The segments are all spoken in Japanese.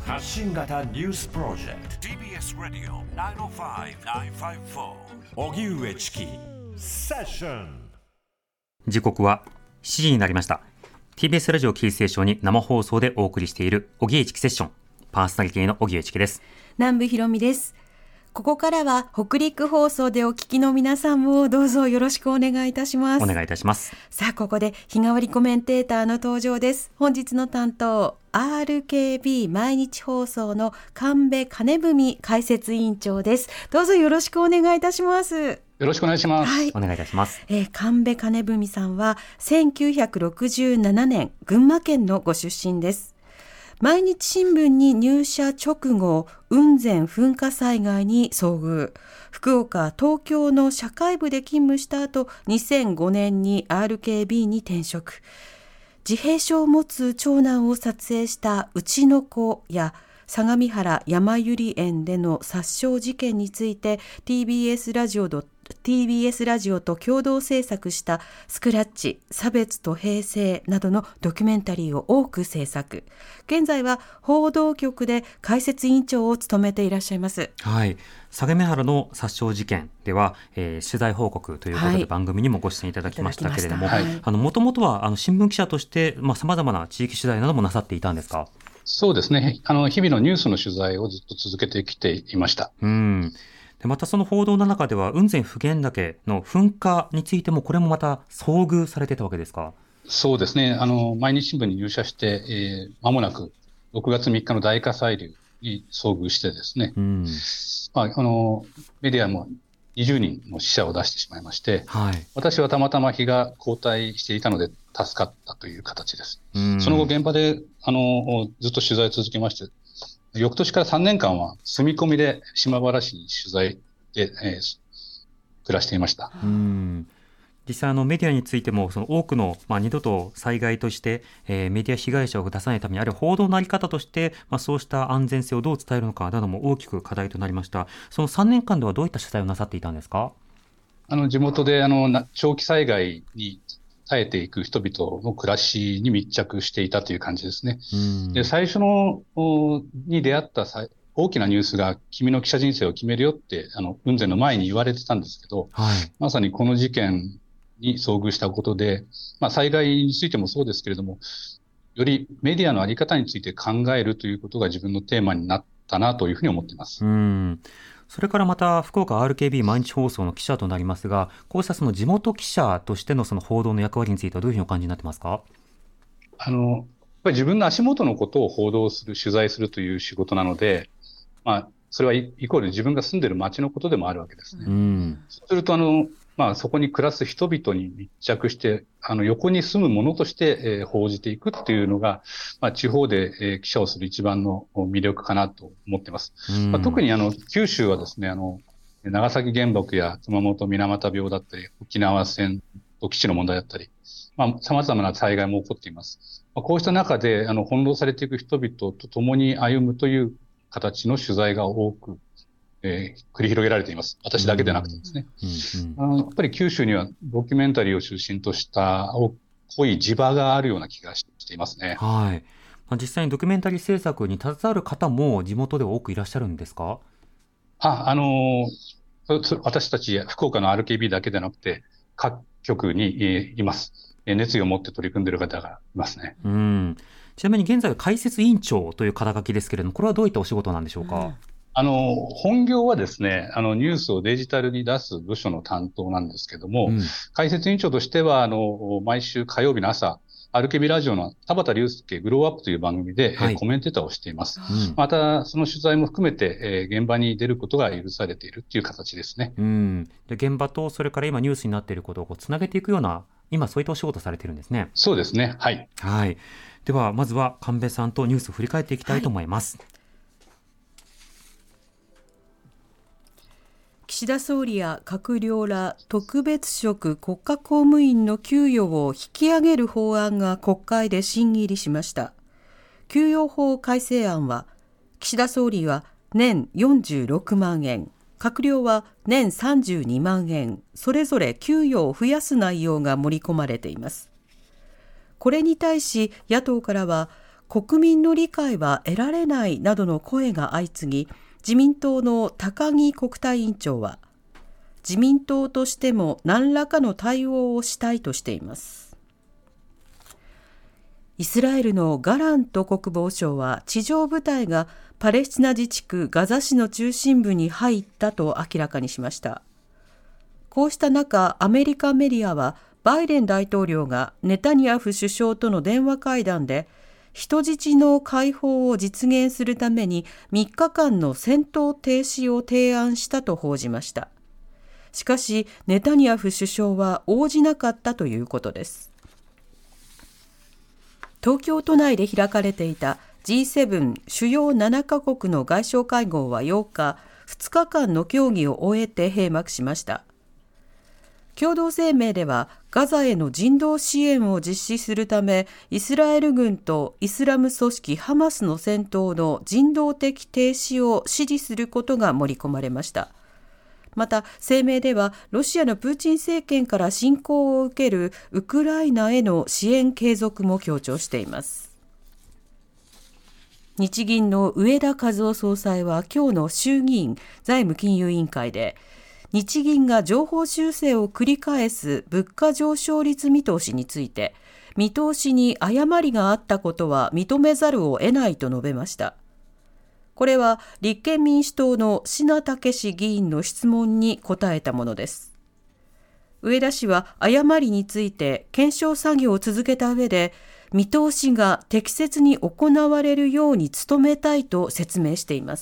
発信型ニュースプロジェクト TBS ラディオ905-954おぎゅうえちきセッション。 時刻は7時になりました。 TBS ラジオキーステーションに生放送でお送りしているおぎえちきセッション、パーソナリティのおぎえちきです。 南部ひろみです。ここからは北陸放送でお聞きの皆さんもどうぞよろしくお願いいたします。 お願いいたします。 さあ、ここで日替わりコメンテーターの登場です。本日の担当 RKB 毎日放送の神戸金文解説委員長です。どうぞよろしくお願いいたします。 よろしくお願いします。 はい、 お願いいたします。 神戸金文さんは1967年群馬県のご出身です。毎日新聞に入社直後、雲仙噴火災害に遭遇。福岡、東京の社会部で勤務した後、2005年に RKB に転職。自閉症を持つ長男を撮影したうちの子や、相模原山百合園での殺傷事件について TBS ラジオと共同制作したスクラッチ、差別と平成などのドキュメンタリーを多く制作。現在は報道局で解説委員長を務めていらっしゃいます。 はい、相模原の殺傷事件では、取材報告ということで番組にもご出演いただきましたけれども、もともとは新聞記者として様々な地域取材などもなさっていたんですか？ そうですね。日々のニュースの取材をずっと続けてきていました。 でまたその報道の中では雲仙普賢岳の噴火についてもこれもまた遭遇されてたわけですか？ そうですね。毎日新聞に入社して、間もなく6月3日の大火砕流に遭遇してですね、メディアも20人の死者を出してしまいまして、私はたまたま日が交代していたので助かったという形です。その後現場でずっと取材を続けまして、翌年から3年間は住み込みで島原市に取材で、暮らしていました。 実際メディアについてもその多くの、二度と災害として、メディア被害者を出さないために、あるいは報道のあり方として、そうした安全性をどう伝えるのかなども大きく課題となりました。その3年間ではどういった取材をなさっていたんですか？ 地元で長期災害に耐えていく人々の暮らしに密着していたという感じですね。で、最初に出会った大きなニュースが君の記者人生を決めるよって雲仙の前に言われてたんですけど、まさにこの事件に遭遇したことで、災害についてもそうですけれども、よりメディアのあり方について考えるということが自分のテーマになったなというふうに思っています。 それからまた福岡 RKB 毎日放送の記者となりますが、こうしたその地元記者としてのその報道の役割についてはどういうふうにお感じになってますか？ やっぱり自分の足元のことを報道する、取材するという仕事なので、それはイコール自分が住んでいる街のことでもあるわけですね。そうするとそこに暮らす人々に密着して、横に住むものとして、報じていくっていうのが、地方で、記者をする一番の魅力かなと思っています。特に九州はですね、長崎原爆や熊本水俣病だったり、沖縄戦と基地の問題だったり、様々な災害も起こっています。こうした中で、翻弄されていく人々と共に歩むという形の取材が多く、繰り広げられています。私だけでなくてですね。やっぱり九州にはドキュメンタリーを中心とした濃い地場があるような気がしていますね。 実際にドキュメンタリー制作に携わる方も地元では多くいらっしゃるんですか？ 私たち福岡の RKB だけでなくて各局にいます。熱意を持って取り組んでいる方がいますね。 ちなみに現在は解説委員長という肩書きですけれども、これはどういったお仕事なんでしょうか？ 本業はですね、ニュースをデジタルに出す部署の担当なんですけども、解説委員長としては、毎週火曜日の朝、RKB ラジオの田畑隆介グローアップという番組で、コメンテーターをしています。また、その取材も含めて、現場に出ることが許されているという形ですね。 で現場と、それから今ニュースになっていることをつなげていくような、今そういったお仕事されているんですね。 そうですね。はい。 では、まずは神戸さんとニュースを振り返っていきたいと思います。 岸田総理や閣僚ら特別職国家公務員の給与を引き上げる法案が国会で審議入りしました。給与法改正案は、岸田総理は年46万円、閣僚は年32万円、それぞれ給与を増やす内容が盛り込まれています。これに対し野党からは、 国民の理解は得られないなどの声が相次ぎ、自民党の高木国対委員長は、自民党としても何らかの対応をしたいとしています。イスラエルのガラント国防相は、地上部隊がパレスチナ自治区ガザ市の中心部に入ったと明らかにしました。こうした中、アメリカメディアは、バイデン大統領がネタニヤフ首相との電話会談で、人質の解放を実現するために3日間の戦闘停止を提案したと報じました。しかし、ネタニヤフ首相は応じなかったということです。東京都内で開かれていた G7 主要7カ国の外相会合は8日、2日間の協議を終えて閉幕しました。共同声明では、ガザへの人道支援を実施するため、イスラエル軍とイスラム組織ハマスの戦闘の人道的停止を支持することが盛り込まれました。また、声明では、ロシアのプーチン政権から侵攻を受けるウクライナへの支援継続も強調しています。日銀の植田和男総裁は今日の衆議院財務金融委員会で、日銀が上方修正を繰り返す物価上昇率見通しについて、見通しに誤りがあったことは認めざるを得ないと述べました。これは立憲民主党の信武議員の質問に答えたものです。植田氏は誤りについて検証作業を続けた上で、見通しが適切に行われるように努めたいと説明しています。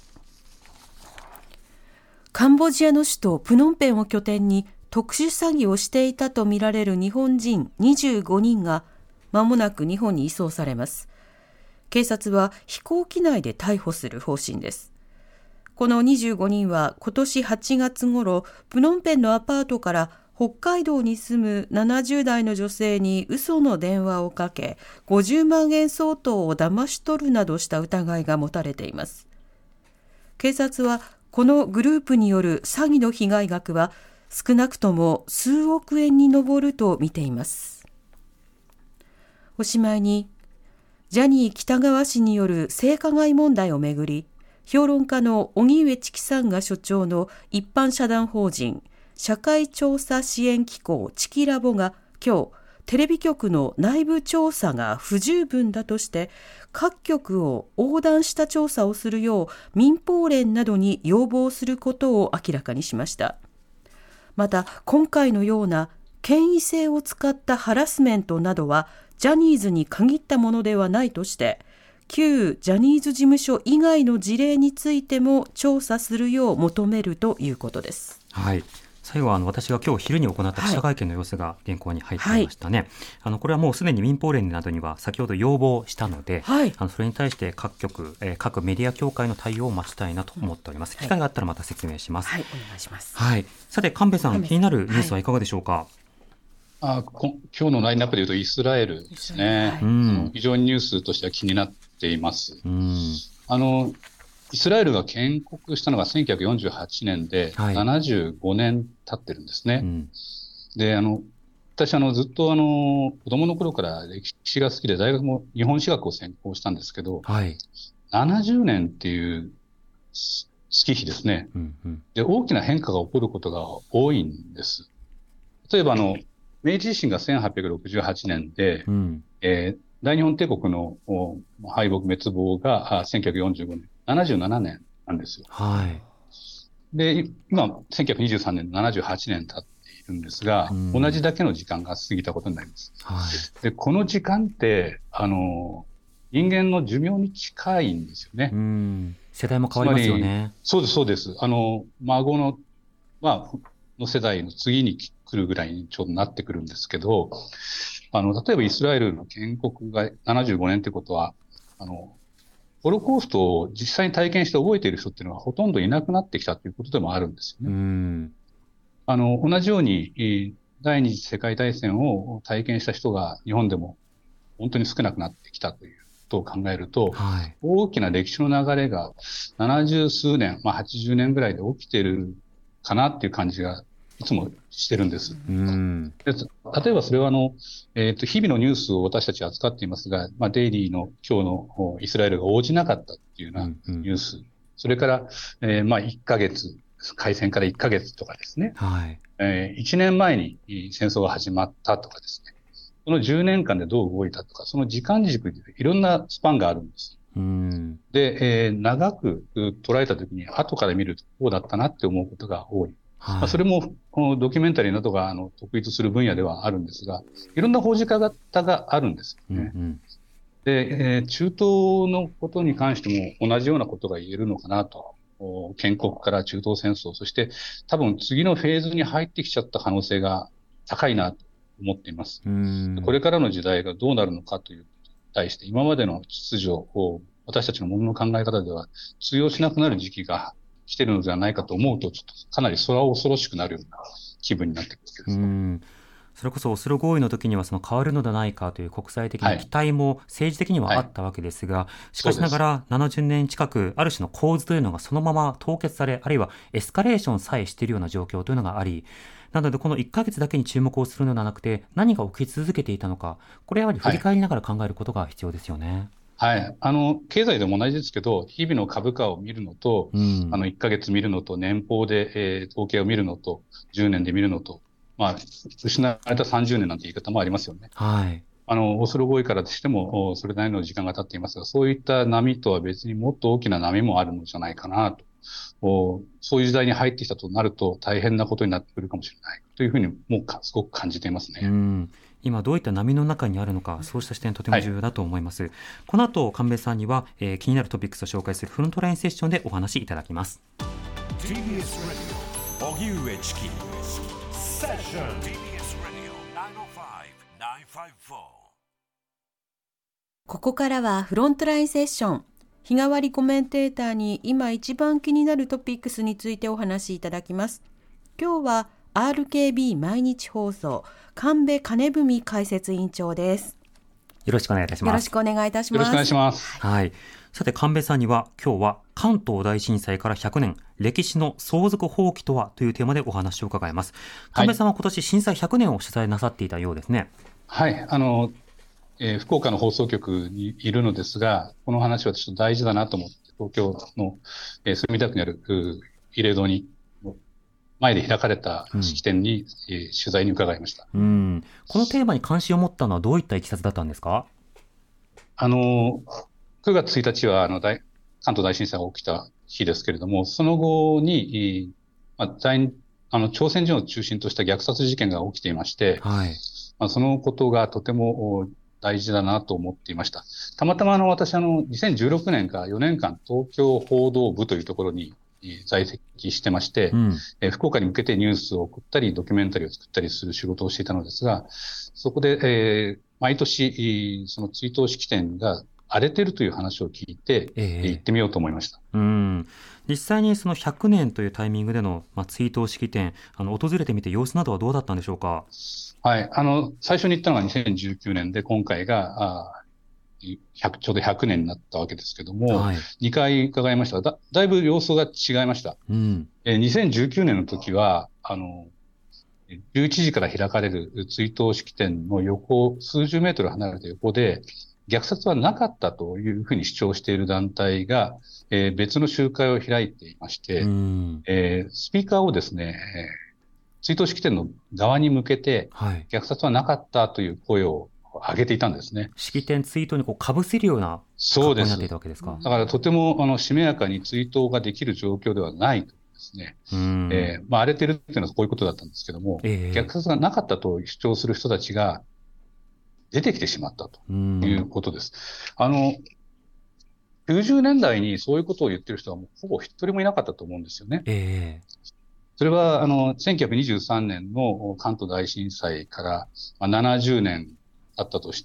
カンボジアの首都プノンペンを拠点に特殊詐欺をしていたとみられる日本人25人が間もなく日本に移送されます。警察は飛行機内で逮捕する方針です。この25人は今年8月頃、プノンペンのアパートから北海道に住む70代の女性に嘘の電話をかけ、50万円相当を騙し取るなどした疑いが持たれています。警察はこのグループによる詐欺の被害額は少なくとも数億円に上ると見ています。おしまいに、ジャニー喜多川氏による性加害問題をめぐり、評論家の荻上チキさんが所長の一般社団法人社会調査支援機構チキラボが今日、テレビ局の内部調査が不十分だとして各局を横断した調査をするよう民放連などに要望することを明らかにしました。また、今回のような権威性を使ったハラスメントなどはジャニーズに限ったものではないとして、旧ジャニーズ事務所以外の事例についても調査するよう求めるということです。 はい。最後は私が今日昼に行った記者会見の様子が原稿に入っていましたね。これはもうすでに民放連などには先ほど要望したので、それに対して各局、各メディア協会の対応を待ちたいなと思っております。機会があったらまた説明します。 はい、お願いします。 はい。さて神戸さん、気になるニュースはいかがでしょうか。 今日のラインナップでいうとイスラエルですね。非常にニュースとしては気になっています。イスラエルが建国したのが1948年で、75年経ってるんですね。で、私ずっと子供の頃から歴史が好きで、大学も日本史学を専攻したんですけど、70年っていう月日ですね。で、大きな変化が起こることが多いんです。例えば明治維新が1868年で、大日本帝国の敗北滅亡が1945年。77年なんですよ。で、今、1923年、78年経っているんですが、同じだけの時間が過ぎたことになります。で、この時間って、人間の寿命に近いんですよね。 世代も変わりますよね。 そうです、そうです。孫の、の世代の次に来るぐらいにちょうどなってくるんですけど、例えばイスラエルの建国が75年ってことは、ホロコーストを実際に体験して覚えている人っていうのはほとんどいなくなってきたということでもあるんですよね。同じように、第二次世界大戦を体験した人が日本でも本当に少なくなってきたということを考えると、大きな歴史の流れが70数年、80年ぐらいで起きているかなっていう感じがいつもしてるんです。 うん、 で例えばそれは日々のニュースを私たちは扱っていますが、デイリーの今日のイスラエルが応じなかったっていうようなニュース、それから、1ヶ月、開戦から1ヶ月とかですね、 はい、 1年前に戦争が始まったとかですね、その10年間でどう動いたとか、その時間軸でいろんなスパンがあるんです。 うん、 で、長く捉えたときに、後から見るとこうだったなって思うことが多い。 はい、 それも、このドキュメンタリーなどが得意とする分野ではあるんですが、いろんな報じ方があるんですよね。 うんうん、 で、中東のことに関しても同じようなことが言えるのかなと。建国から中東戦争、そして多分次のフェーズに入ってきちゃった可能性が高いなと思っています。これからの時代がどうなるのかということに対して、今までの秩序を私たちのものの考え方では通用しなくなる時期が来ているのではないかと思うと、ちょっとかなり空恐ろしくなるような気分になってくるわけです。 それこそオスロ合意の時にはその変わるのではないかという国際的な期待も政治的にはあったわけですが、しかしながら70年近くある種の構図というのがそのまま凍結され、あるいはエスカレーションさえしているような状況というのがあり、なのでこの1ヶ月だけに注目をするのではなくて、何が起き続けていたのか、これはやはり振り返りながら考えることが必要ですよね。 はい。経済でも同じですけど、日々の株価を見るのと、1ヶ月見るのと、年俸で、統計を見るのと、10年で見るのと、失われた30年なんて言い方もありますよね。 はい。 オスロ合意からしても、それなりの時間が経っていますが、そういった波とは別にもっと大きな波もあるのじゃないかなと。そういう時代に入ってきたとなると、大変なことになってくるかもしれないというふうに、もうすごく感じていますね。 今どういった波の中にあるのか、そうした視点とても重要だと思います。はい、この後、神戸さんには、気になるトピックスを紹介するフロントラインセッションでお話しいただきます。 TBS Radio 荻上チキセッション TBS Radio 905-954。 ここからはフロントラインセッション。日替わりコメンテーターに今一番気になるトピックスについてお話しいただきます。今日はRKB 毎日放送神戸金文解説委員長です。 よろしくお願いいたします。 よろしくお願いいたします。 よろしくお願いします。 はい。さて神戸さんには今日は関東大震災から100年歴史の相続放棄とはというテーマでお話を伺います。神戸さんは今年震災100年を取材なさっていたようですね。 はい。福岡の放送局にいるのですが、この話はちょっと大事だなと思って、東京の、墨田区にある慰霊堂に前で開かれた式典に、取材に伺いました。 このテーマに関心を持ったのはどういったいきさつだったんですか ？9月1日は関東大震災が起きた日ですけれども、その後に、朝鮮人を中心とした虐殺事件が起きていまして、 はい、 そのことがとても大事だなと思っていました。たまたま私2016年から4年間東京報道部というところに在籍してまして、福岡に向けてニュースを送ったりドキュメンタリーを作ったりする仕事をしていたのですが、そこで、毎年その追悼式典が荒れているという話を聞いて、行ってみようと思いました。 実際にその100年というタイミングでの、追悼式典、訪れてみて様子などはどうだったんでしょうか？ はい。最初に行ったのが2019年で、今回が、ちょうど100年になったわけですけども、はい、2回伺いましたが、だいぶ様子が違いました。2019年の時は、11時から開かれる追悼式典の横、数十メートル離れた横で、虐殺はなかったというふうに主張している団体が、別の集会を開いていまして、スピーカーをですね、追悼式典の側に向けて、虐殺はなかったという声を上げていたんですね。 式典追悼に被せるような格好になっていたわけですか？ だからとてもしめやかに追悼ができる状況ではないとですね。荒れてるっていうのはこういうことだったんですけども、虐殺がなかったと主張する人たちが出てきてしまったということです。90年代にそういうことを言ってる人はもうほぼ一人もいなかったと思うんですよね。それは1923年の関東大震災から70年経ったとして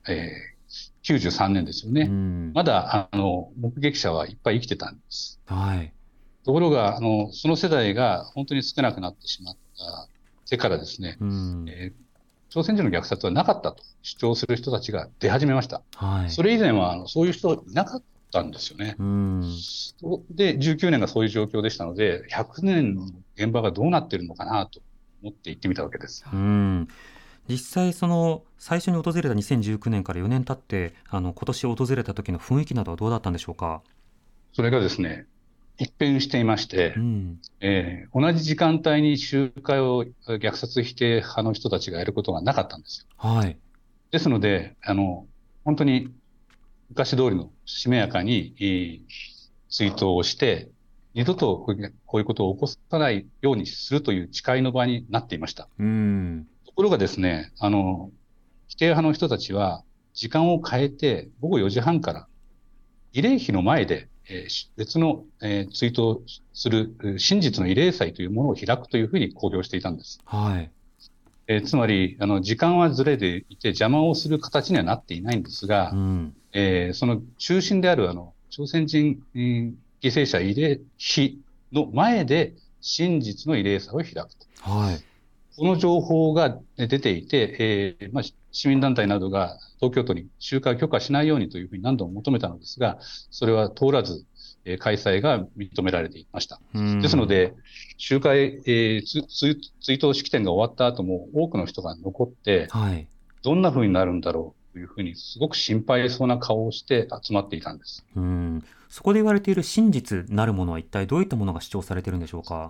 、93年ですよね。まだ目撃者はいっぱい生きてたんです。ところがその世代が本当に少なくなってしまった手からですね、朝鮮人の虐殺はなかったと主張する人たちが出始めました。それ以前はそういう人いなかったんですよね。で、19年がそういう状況でしたので、100年の現場がどうなっているのかなと思って行ってみたわけです。 実際最初に訪れた2019年から4年経って今年訪れた時の雰囲気などはどうだったんでしょうか？ それがですね、一変していまして、同じ時間帯に集会を虐殺否定派の人たちがやることがなかったんですよ。ですので、本当に昔通りのしめやかに追悼をして、二度とこういうことを起こさないようにするという誓いの場になっていました。ところがですね、否定派の人たちは時間を変えて午後4時半から慰霊碑の前で別の追悼する真実の慰霊祭というものを開くというふうに公表していたんです。つまり時間はずれていて邪魔をする形にはなっていないんですが、その中心である朝鮮人犠牲者慰霊碑の前で真実の慰霊祭を開くと。この情報が出ていて、市民団体などが東京都に集会を許可しないようにというふうに何度も求めたのですが、それは通らず、開催が認められていました。ですので、集会、追悼式典が終わった後も多くの人が残って、どんなふうになるんだろうというふうにすごく心配そうな顔をして集まっていたんです。 そこで言われている真実なるものは一体どういったものが主張されているんでしょうか？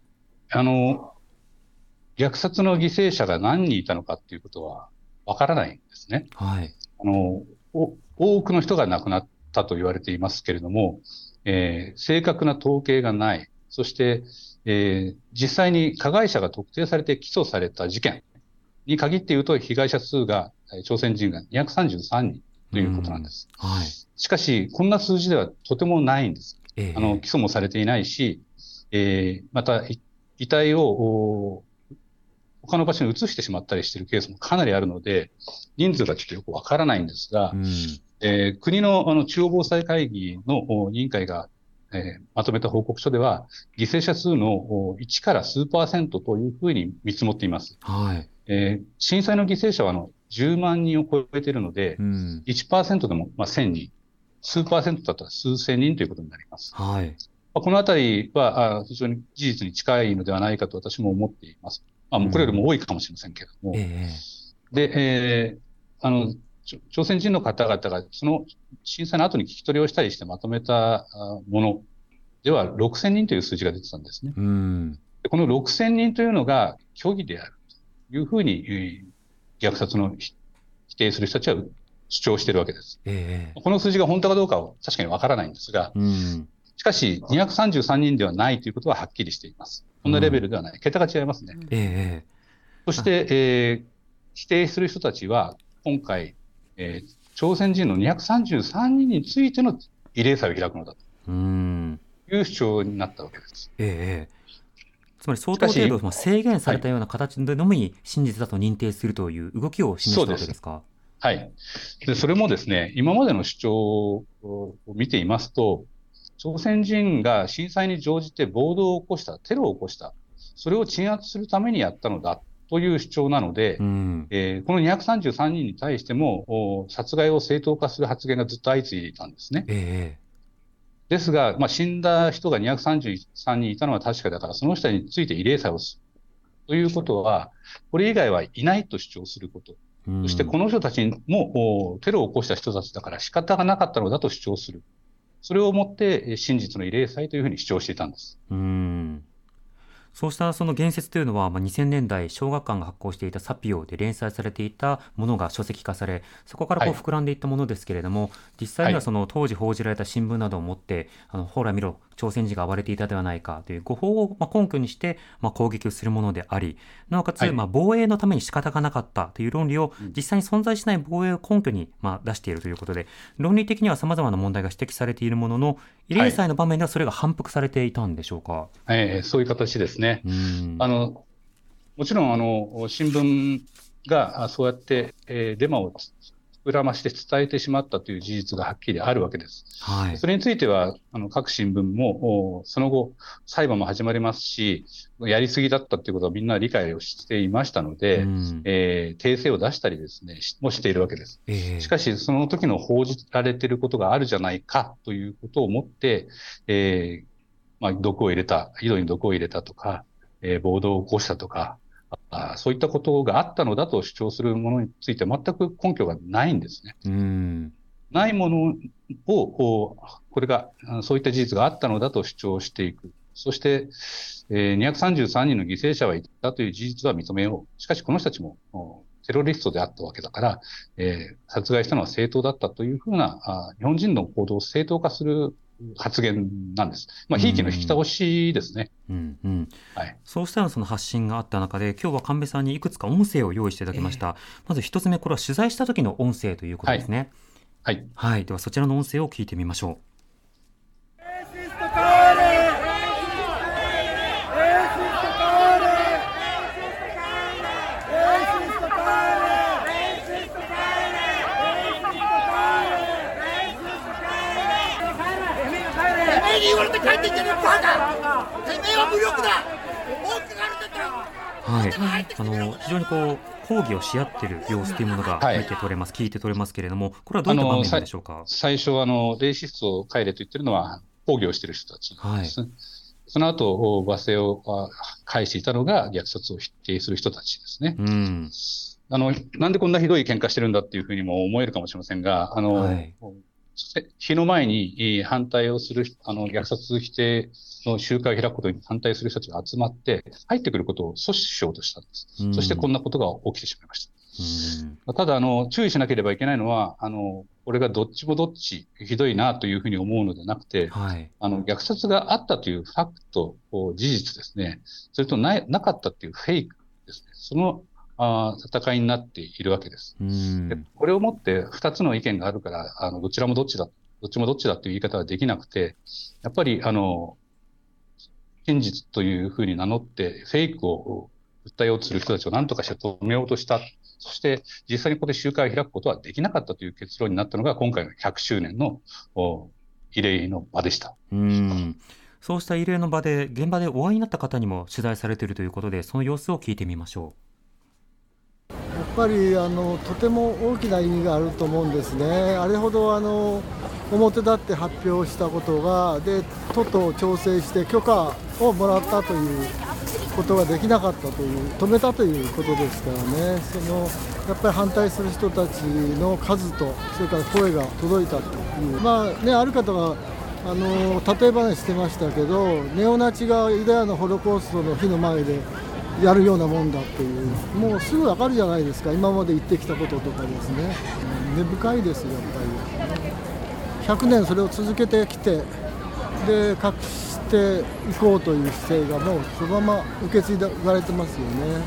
虐殺の犠牲者が何人いたのかっていうことはわからないんですね。多くの人が亡くなったと言われていますけれども、正確な統計がない。そして、実際に加害者が特定されて起訴された事件に限って言うと、被害者数が、朝鮮人が233人ということなんです。しかし、こんな数字ではとてもないんです。起訴もされていないし、また、遺体を他の場所に移してしまったりしているケースもかなりあるので、人数がちょっとよくわからないんですが、国の中央防災会議の委員会が、まとめた報告書では、犠牲者数の1から数%というふうに見積もっています。震災の犠牲者は10万人を超えているので、1% でも1000人、数%だったら数千人ということになります。このあたりは非常に事実に近いのではないかと私も思っています。これよりも多いかもしれませんけれども。で、朝鮮人の方々がその震災の後に聞き取りをしたりしてまとめたものでは6000人という数字が出てたんですね。でこの6000人というのが虚偽であるというふうに、虐殺の否定する人たちは主張しているわけです。この数字が本当かどうかは確かにわからないんですが、しかし233人ではないということははっきりしています。こんなレベルではない。桁が違いますね。そして、否定する人たちは今回、朝鮮人の233人についての慰霊祭を開くのだという主張になったわけです。 つまり相当程度制限されたような形でのみ真実だと認定するという動きを示したわけですか？ で、それもですね、今までの主張を見ていますと、朝鮮人が震災に乗じて暴動を起こした、テロを起こした、それを鎮圧するためにやったのだという主張なので、この233人に対しても殺害を正当化する発言がずっと相次いでいたんですね。ですが、死んだ人が233人いたのは確かだから、その人について慰霊祭をするということは、これ以外はいないと主張すること。そしてこの人たちもテロを起こした人たちだから仕方がなかったのだと主張する。それをもって真実の慰霊祭というふうに主張していたんです。 そうしたその言説というのは、2000年代小学館が発行していたサピオで連載されていたものが書籍化され、そこから膨らんでいったものですけれども、実際にはその当時報じられた新聞などを持って、ほら見ろ、朝鮮人が暴れていたではないかという誤報を根拠にして、攻撃をするものであり、なおかつ、防衛のために仕方がなかったという論理を実際に存在しない防衛を根拠に出しているということで、論理的には様々な問題が指摘されているものの、慰霊祭の場面ではそれが反復されていたんでしょうか？ そういう形ですね。もちろん新聞がそうやってデマを膨らまして伝えてしまったという事実がはっきりあるわけです。それについては各新聞もその後裁判も始まりますし、やりすぎだったということはみんな理解をしていましたので、訂正を出したりですねもしているわけです。しかしその時の報じられていることがあるじゃないかということを思って、毒を入れた、井戸に毒を入れたとか、暴動を起こしたとか、 そういったことがあったのだと主張するものについて全く根拠がないんですね。ないものを、これが、そういった事実があったのだと主張していく。そして、233人の犠牲者はいたという事実は認めよう。しかし、この人たちもテロリストであったわけだから、殺害したのは正当だったというふうな、日本人の行動を正当化する発言なんです。ひいきの引き倒しですね。 はい、そうしたその発信があった中で、今日は神戸さんにいくつか音声を用意していただきました。まず一つ目、これは取材した時の音声ということですね。はい。はい。ではそちらの音声を聞いてみましょう。 言われて帰ってきてるバカ、てめえは無力だ、文句があるんだったら、非常に抗議をし合っている様子というものが見て取れます、聞いて取れますけれども、これはどういった場面でしょうか。 最初レイシストを帰れと言ってるのは抗議をしている人たちです、その後罵声を返していたのが虐殺を否定する人たちですね。なんでこんなひどい喧嘩してるんだっていうふうにも思えるかもしれませんが、日の前に反対をする、虐殺否定の集会を開くことに反対する人たちが集まって、入ってくることを阻止しようとしたんです。そしてこんなことが起きてしまいました。ただ、注意しなければいけないのは、これがどっちもどっちひどいなというふうに思うのではなくて、虐殺があったというファクト、事実ですね、それとなかったというフェイクですね、その戦いになっているわけです。でこれをもって二つの意見があるから、どちらもどっちだ、どっちもどっちだという言い方はできなくて、やっぱり、真実というふうに名乗って、フェイクを訴えようとする人たちを何とかして止めようとした。そして、実際にここで集会を開くことはできなかったという結論になったのが、今回の100周年の慰霊の場でした。 そうした慰霊の場で、現場でお会いになった方にも取材されているということで、その様子を聞いてみましょう。 やっぱりとても大きな意味があると思うんですね。あれほど表立って発表したことがで都と調整して許可をもらったということができなかったという止めたということですからね。やっぱり反対する人たちの数とそれから声が届いたというある方が例え話してましたけど、ネオナチがユダヤのホロコーストの日の前でやるようなもんだっていう、もうすぐ分かるじゃないですか、今まで言ってきたこととかですね。根深いですよ、やっぱり。100年それを続けてきて、で隠していこうという姿勢がもうそのまま受け継がれてますよね。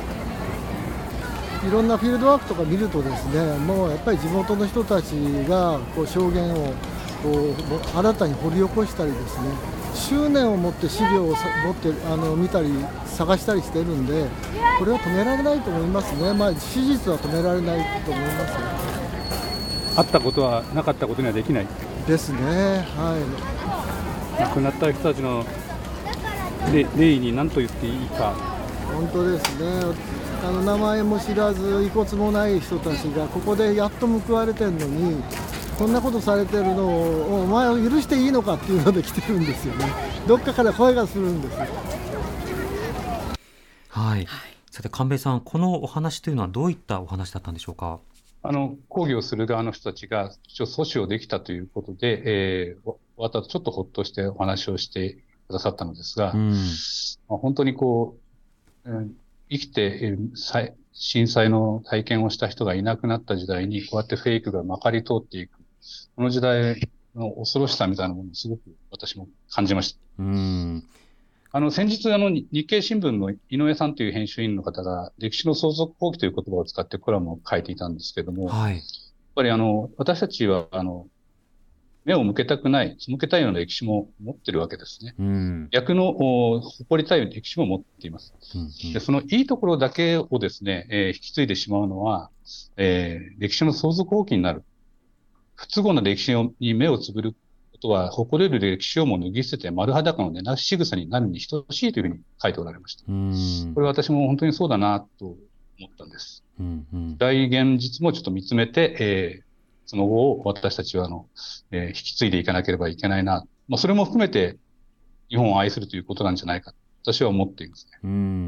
いろんなフィールドワークとか見るとですね、もうやっぱり地元の人たちが証言を新たに掘り起こしたりですね、執念を持って資料を持って見たり探したりしてるんで、これは止められないと思いますね。史実は止められないと思いますよ。 あったことはなかったことにはできないですね。 亡くなった人たちの霊に何と言っていいか。 本当ですね。名前も知らず遺骨もない人たちがここでやっと報われてるのに、こんなことされてるのをお前を許していいのかっていうので来てるんですよね。どっかから声がするんですよ。 さて神戸さん、このお話というのはどういったお話だったんでしょうか。 抗議をする側の人たちが阻止をできたということで、私ちょっとほっとしてお話をしてくださったのですが、本当に生きて震災の体験をした人がいなくなった時代に、こうやってフェイクがまかり通っていく、この時代の恐ろしさみたいなものをすごく私も感じました。先日日経新聞の井上さんという編集員の方が歴史の相続放棄という言葉を使ってコラムを書いていたんですけれども、やっぱり私たちは目を向けたくない、背けたいような歴史も持ってるわけですね。逆の誇りたい歴史も持っています。でそのいいところだけをですね、引き継いでしまうのは、歴史の相続放棄になる。不都合な歴史に目をつぶることは、誇れる歴史をも脱ぎ捨てて丸裸の根なし仕草になるに等しいというふうに書いておられました。これは私も本当にそうだなと思ったんです。大現実もちょっと見つめて、その後を私たちは引き継いでいかなければいけないな。それも含めて日本を愛するということなんじゃないかと私は思っていますね。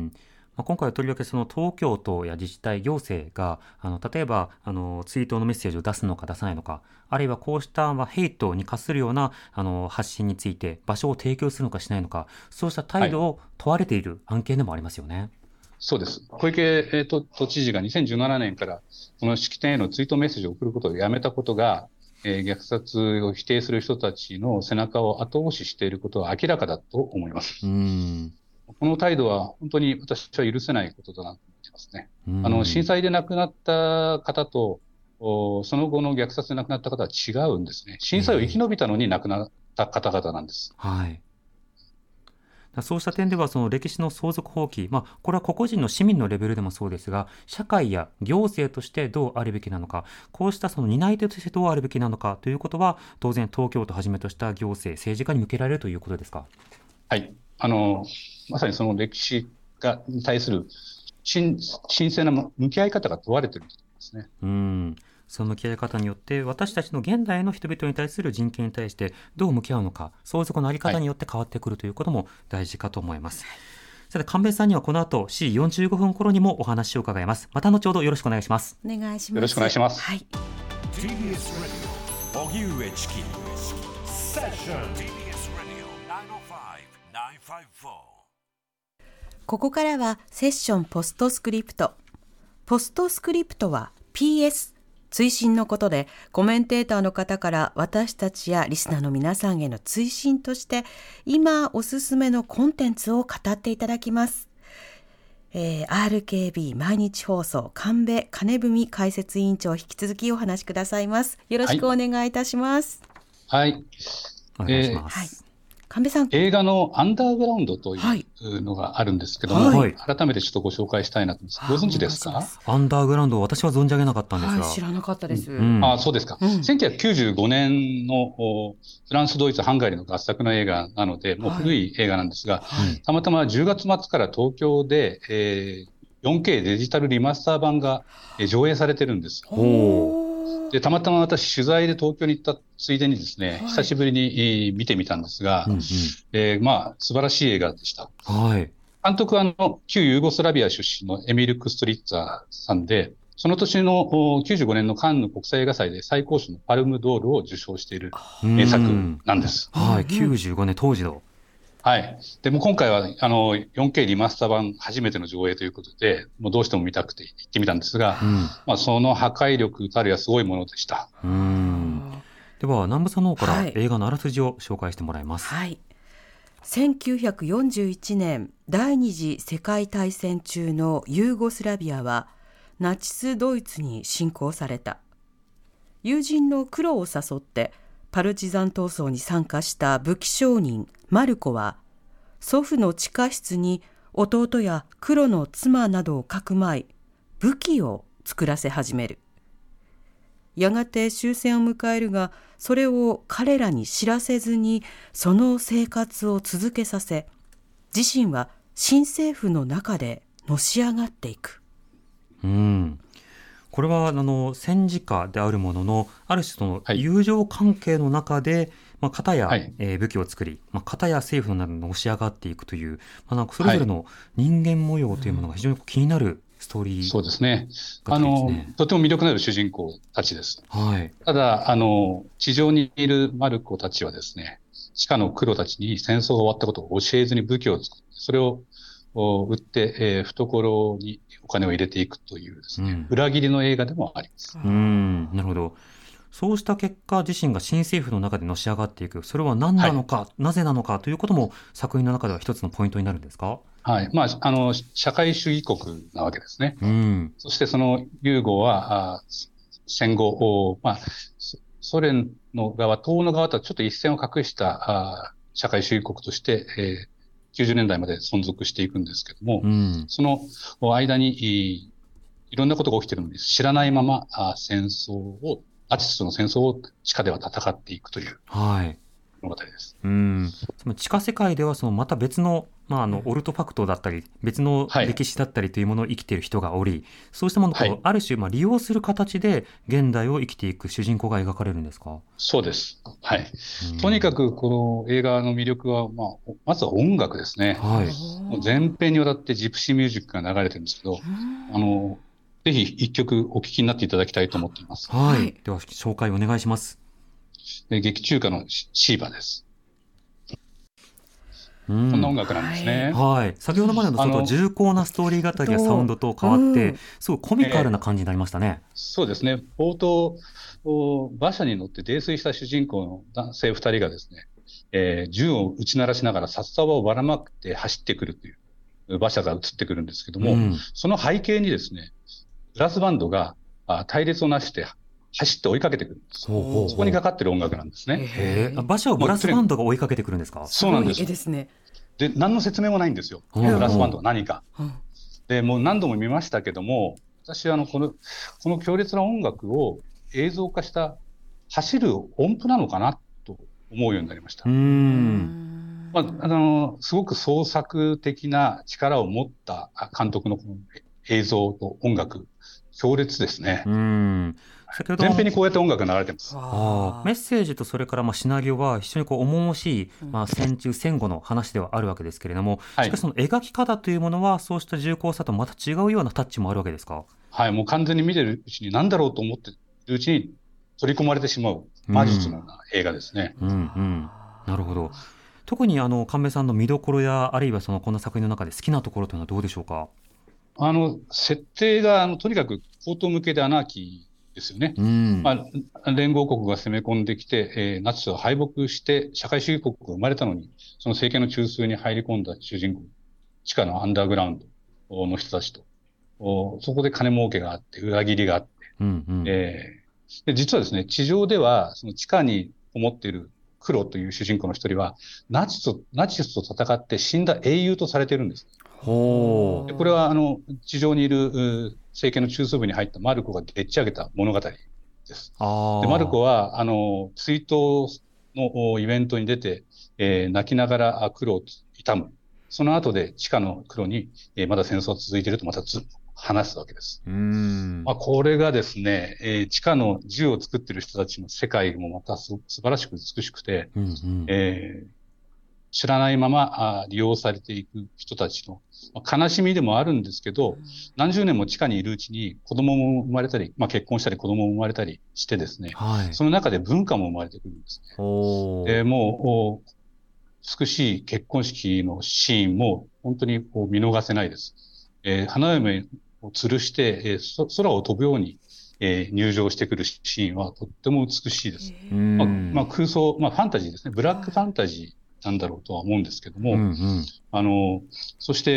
今回はとりわけその東京都や自治体行政が例えば追悼のメッセージを出すのか出さないのか、あるいはこうしたヘイトに課するような発信について場所を提供するのかしないのか、そうした態度を問われている案件でもありますよね。 そうです。小池都知事が2017年からこの式典への追悼メッセージを送ることをやめたことが、虐殺を否定する人たちの背中を後押ししていることは明らかだと思います。この態度は本当に私は許せないことだなと思ってますね。震災で亡くなった方と、その後の虐殺で亡くなった方は違うんですね。震災を生き延びたのに亡くなった方々なんです。 はい。そうした点ではその歴史の相続放棄、これは個々人の市民のレベルでもそうですが、社会や行政としてどうあるべきなのか、こうしたその担い手としてどうあるべきなのかということは、当然東京都をはじめとした行政、政治家に向けられるということですか。 はい。まさにその歴史に対する神聖な向き合い方が問われていると思いますね。 その向き合い方によって私たちの現代の人々に対する人権に対してどう向き合うのか、相続のあり方によって変わってくるということも大事かと思います。さて神戸さんにはこの後7時45分頃にもお話を伺います。また後ほどよろしくお願いします。 お願いします。 よろしくお願いします。 はい。 TBS ラジオ荻上チキセッション TBS ラジオ905-954。 ここからはセッションポストスクリプト。ポストスクリプトは PS、追伸のことで、コメンテーターの方から私たちやリスナーの皆さんへの追伸として、今おすすめのコンテンツを語っていただきます。RKB 毎日放送神戸金文解説委員長、引き続きお話しくださいます。よろしくお願いいたします。 はい。 お願いします。 神戸さん、 映画のアンダーグラウンドというのがあるんですけども、改めてちょっとご紹介したいなと思います。ご存知ですか？ アンダーグラウンド、私は存じ上げなかったんですが。 知らなかったです。 そうですか。1995年のフランス、ドイツ、ハンガリーの合作の映画なので、もう古い映画なんですが、たまたま10月末から東京で、4K デジタルリマスター版が上映されてるんです。で、たまたま私取材で東京に行ったついでにですね、久しぶりに見てみたんですが、素晴らしい映画でした。監督は旧ユーゴスラビア出身のエミル・クストリッツァーさんで、その年の95年のカンヌ国際映画祭で最高賞のパルムドールを受賞している名作なんです。 95年当時の。 でも今回は4K リマスター版初めての上映ということで、もうどうしても見たくて行ってみたんですが、その破壊力たるやすごいものでした。 では南部さんの方から映画のあらすじを紹介してもらいます。 1941年第二次世界大戦中のユーゴスラビアはナチスドイツに侵攻された。友人のクロを誘ってパルチザン闘争に参加した武器商人マルコは、祖父の地下室に弟やクロの妻などをかくまい、武器を作らせ始める。やがて終戦を迎えるが、それを彼らに知らせずにその生活を続けさせ、自身は新政府の中でのし上がっていく。 これは戦時下であるものの、ある種の友情関係の中で、片や、武器を作り、片や政府の中でのし上がっていくという、なんかそれぞれの人間模様というものが非常に気になるストーリー、 そうですね。とても魅力のある主人公たちです。ただ地上にいるマルコたちはですね、地下のクロたちに戦争が終わったことを教えずに武器を作って、それを売って、懐にお金を入れていくというですね、裏切りの映画でもあります。 なるほど。そうした結果、自身が新政府の中でのし上がっていく、それは何なのか、なぜなのかということも作品の中では一つのポイントになるんですか？ 社会主義国なわけですね。そしてそのユーゴは戦後、ソ連の側、東欧の側とはちょっと一線を画した社会主義国として、90年代まで存続していくんですけども、その間にいろんなことが起きているのに知らないままナチスとの戦争を地下では戦っていくという、 物語です。 その地下世界ではまた別の、オルトファクトだったり別の歴史だったりというものを生きている人がおり、そうしたものをある種、利用する形で現代を生きていく主人公が描かれるんですか？ そうです。とにかくこの映画の魅力は、まずは音楽ですね。もう全編にわたってジプシーミュージックが流れてるんですけど、ぜひ一曲お聴きになっていただきたいと思っています。 では紹介お願いします。 劇中歌のシーバです。こんな音楽なんですね。 先ほどまでの重厚なストーリー語りやサウンドと変わって、すごいコミカルな感じになりましたね。 そうですね。冒頭、馬車に乗って泥酔した主人公の男性2人がですね、銃を撃ち鳴らしながら札束をばらまくって走ってくるという馬車が映ってくるんですけども、その背景にですね、ブラスバンドが隊列をなして走って追いかけてくるんです。そこにかかってる音楽なんですね。 馬車をブラスバンドが追いかけてくるんですか？ そうなんです。で、何の説明もないんですよ。ブラスバンドは何か。で、もう何度も見ましたけども、私はこの強烈な音楽を映像化した走る音符なのかなと思うようになりました。すごく創作的な力を持った監督のこの映像と音楽、強烈ですね。全編にこうやって音楽が流れてます。 メッセージとそれからシナリオは非常に重々しい、戦中戦後の話ではあるわけですけれども、しかしその描き方というものはそうした重厚さとまた違うようなタッチもあるわけですか？ もう完全に見てるうちに何だろうと思っているうちに取り込まれてしまう魔術のような映画ですね。 なるほど。特に神戸さんの見どころやあるいはこの作品の中で好きなところというのはどうでしょうか？ 設定がとにかく荒唐無稽でアナーキーですよね。連合国が攻め込んできて、ナチスを敗北して社会主義国が生まれたのに、その政権の中枢に入り込んだ主人公、地下のアンダーグラウンドの人たちと、そこで金儲けがあって、裏切りがあって、で実はですね、地上ではその地下にこもっているクロという主人公の一人は、ナチスと戦って死んだ英雄とされているんです。でこれは地上にいる政権の中枢部に入ったマルコがでっち上げた物語です。でマルコは追悼のイベントに出て、泣きながらクロを悼む。その後で地下のクロに、まだ戦争は続いているとまた話すわけです。これがですね、地下の銃を作っている人たちの世界もまた素晴らしく美しくて、知らないまま利用されていく人たちの悲しみでもあるんですけど、何十年も地下にいるうちに子供も生まれたり、結婚したり子供も生まれたりしてですね、その中で文化も生まれてくるんですね。でもう美しい結婚式のシーンも本当に見逃せないです。花嫁を吊るして、空を飛ぶように、入場してくるシーンはとっても美しいです。空想、ファンタジーですね。ブラックファンタジーなんだろうとは思うんですけども、そして、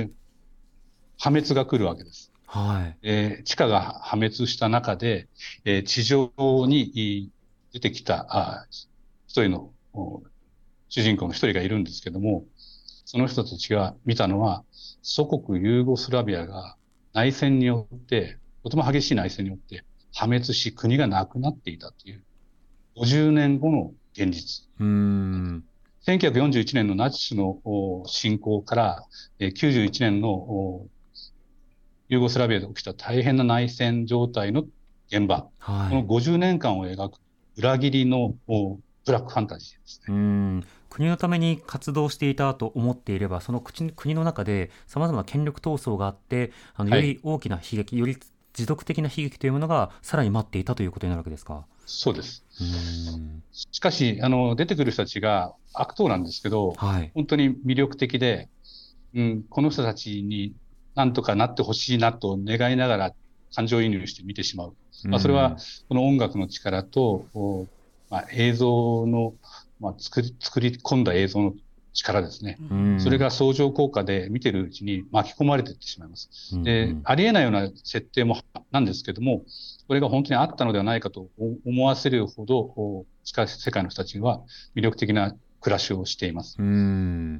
破滅が来るわけです。地下が破滅した中で、地上に出てきた一人の主人公の一人がいるんですけども、その人たちが見たのは、祖国ユーゴスラビアが内戦によって、とても激しい内戦によって破滅し、国がなくなっていたという、50年後の現実。1941年のナチスの侵攻から91年のユーゴスラビアで起きた大変な内戦状態の現場、この50年間を描く裏切りのブラックファンタジーですね。 国のために活動していたと思っていれば、その国の中で様々な権力闘争があって、より大きな悲劇、より持続的な悲劇というものがさらに待っていたということになるわけですか？ そうです。しかし、出てくる人たちが悪党なんですけど、本当に魅力的で、この人たちに何とかなってほしいなと願いながら感情移入して見てしまう。それは、この音楽の力と、映像の、作り込んだ映像の力ですね。それが相乗効果で見てるうちに巻き込まれていってしまいます。で、ありえないような設定もなんですけども、これが本当にあったのではないかと思わせるほど、地下世界の人たちは魅力的な暮らしをしています。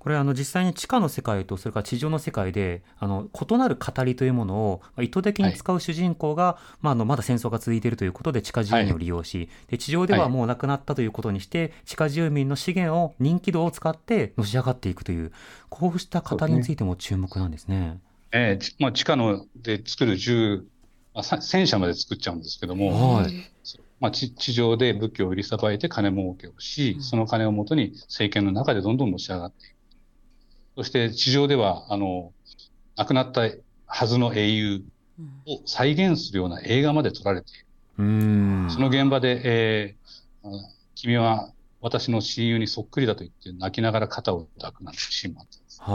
これ実際に地下の世界とそれから地上の世界で異なる語りというものを意図的に使う主人公が、まだ戦争が続いているということで地下住民を利用し、で地上ではもうなくなったということにして、地下住民の資源を人気度を使ってのし上がっていくという、こうした語りについても注目なんですね。 地下ので作る銃、戦車まで作っちゃうんですけども、地上で武器を売りさばいて金儲けをし、その金をもとに政権の中でどんどんのし上がっていく。そして地上では亡くなったはずの英雄を再現するような映画まで撮られている。その現場で、君は私の親友にそっくりだと言って泣きながら肩を抱くなんてシーンもあ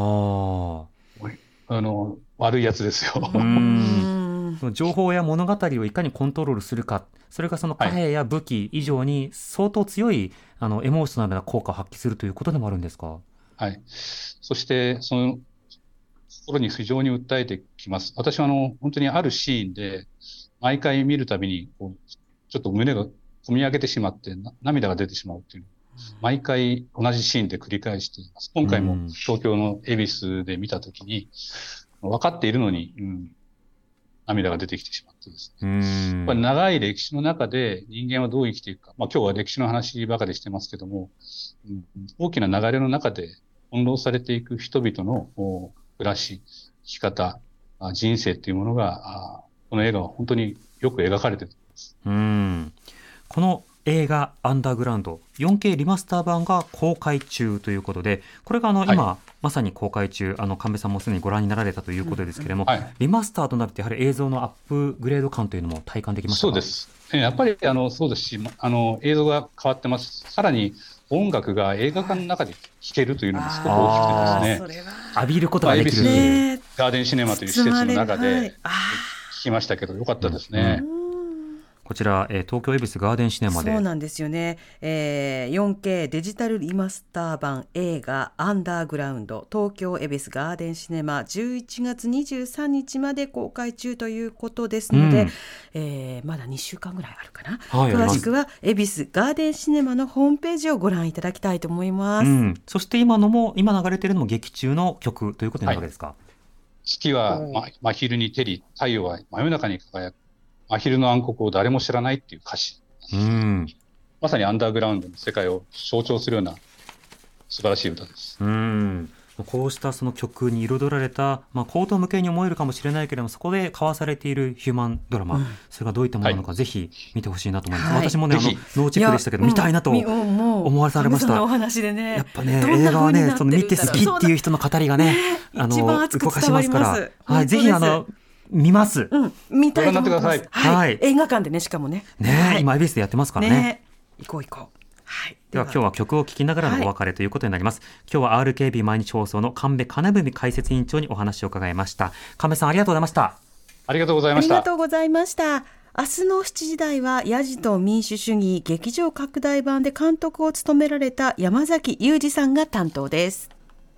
ったんです。悪いやつですよ。 情報や物語をいかにコントロールするか、それがその貨幣や武器以上に相当強いエモーショナルな効果を発揮するということでもあるんですか。 はい。そしてその心に非常に訴えてきます。私は本当にあるシーンで毎回見るたびにちょっと胸が込み上げてしまって涙が出てしまうという、毎回同じシーンで繰り返しています。今回も東京の恵比寿で見たときに分かっているのに、涙が出てきてしまってですね。やっぱり長い歴史の中で人間はどう生きていくか。今日は歴史の話ばかりしてますけども、大きな流れの中で翻弄されていく人々の暮らし、生き方、人生っていうものが、この映画は本当によく描かれていると思います。 この映画アンダーグラウンド 4K リマスター版が公開中ということで、これが今まさに公開中、神戸さんもすでにご覧になられたということですけれども、リマスターとなるとやはり映像のアップグレード感というのも体感できましたか。 そうです。やっぱりそうですし、映像が変わってます。さらに音楽が映画館の中で聴けるというのがすごく大きくてですね、 浴びることができる、 ガーデンシネマという施設の中で聴きましたけど、よかったですね。 こちら、東京恵比寿ガーデンシネマで。 そうなんですよね、4K デジタルリマスター版映画アンダーグラウンド、東京恵比寿ガーデンシネマ11月23日まで公開中ということですので、まだ2週間ぐらいあるかな、詳しくは恵比寿ガーデンシネマのホームページをご覧いただきたいと思います。 そして今流れているのも劇中の曲ということになるわけですか。 月は真昼に照り、太陽は真夜中に輝く、真昼の暗黒を誰も知らないっていう歌詞。まさにアンダーグラウンドの世界を象徴するような素晴らしい歌です。 こうしたその曲に彩られた、口頭無形に思えるかもしれないけれども、そこで交わされているヒューマンドラマ、それがどういったものなのか、ぜひ見てほしいなと思います。私もね、ノーチェックでしたけど見たいなと思わされました。 お話でね、 やっぱね、映画はね、見て好きっていう人の語りがね、 一番熱く伝わります。 ぜひ見ます。 見たいと思います。映画館でね、しかもね。 今恵比寿でやってますからね。 行こう。 では今日は曲を聴きながらのお別れということになります。今日は RKB 毎日放送の神戸金文解説委員長にお話を伺いました。神戸さん、ありがとうございました。 ありがとうございました。 ありがとうございました。明日の7時台はヤジと民主主義劇場拡大版で監督を務められた山崎裕二さんが担当です。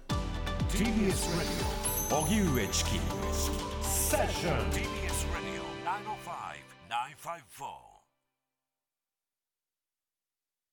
TBS Radio 荻上チキセッション TBS Radio 905-954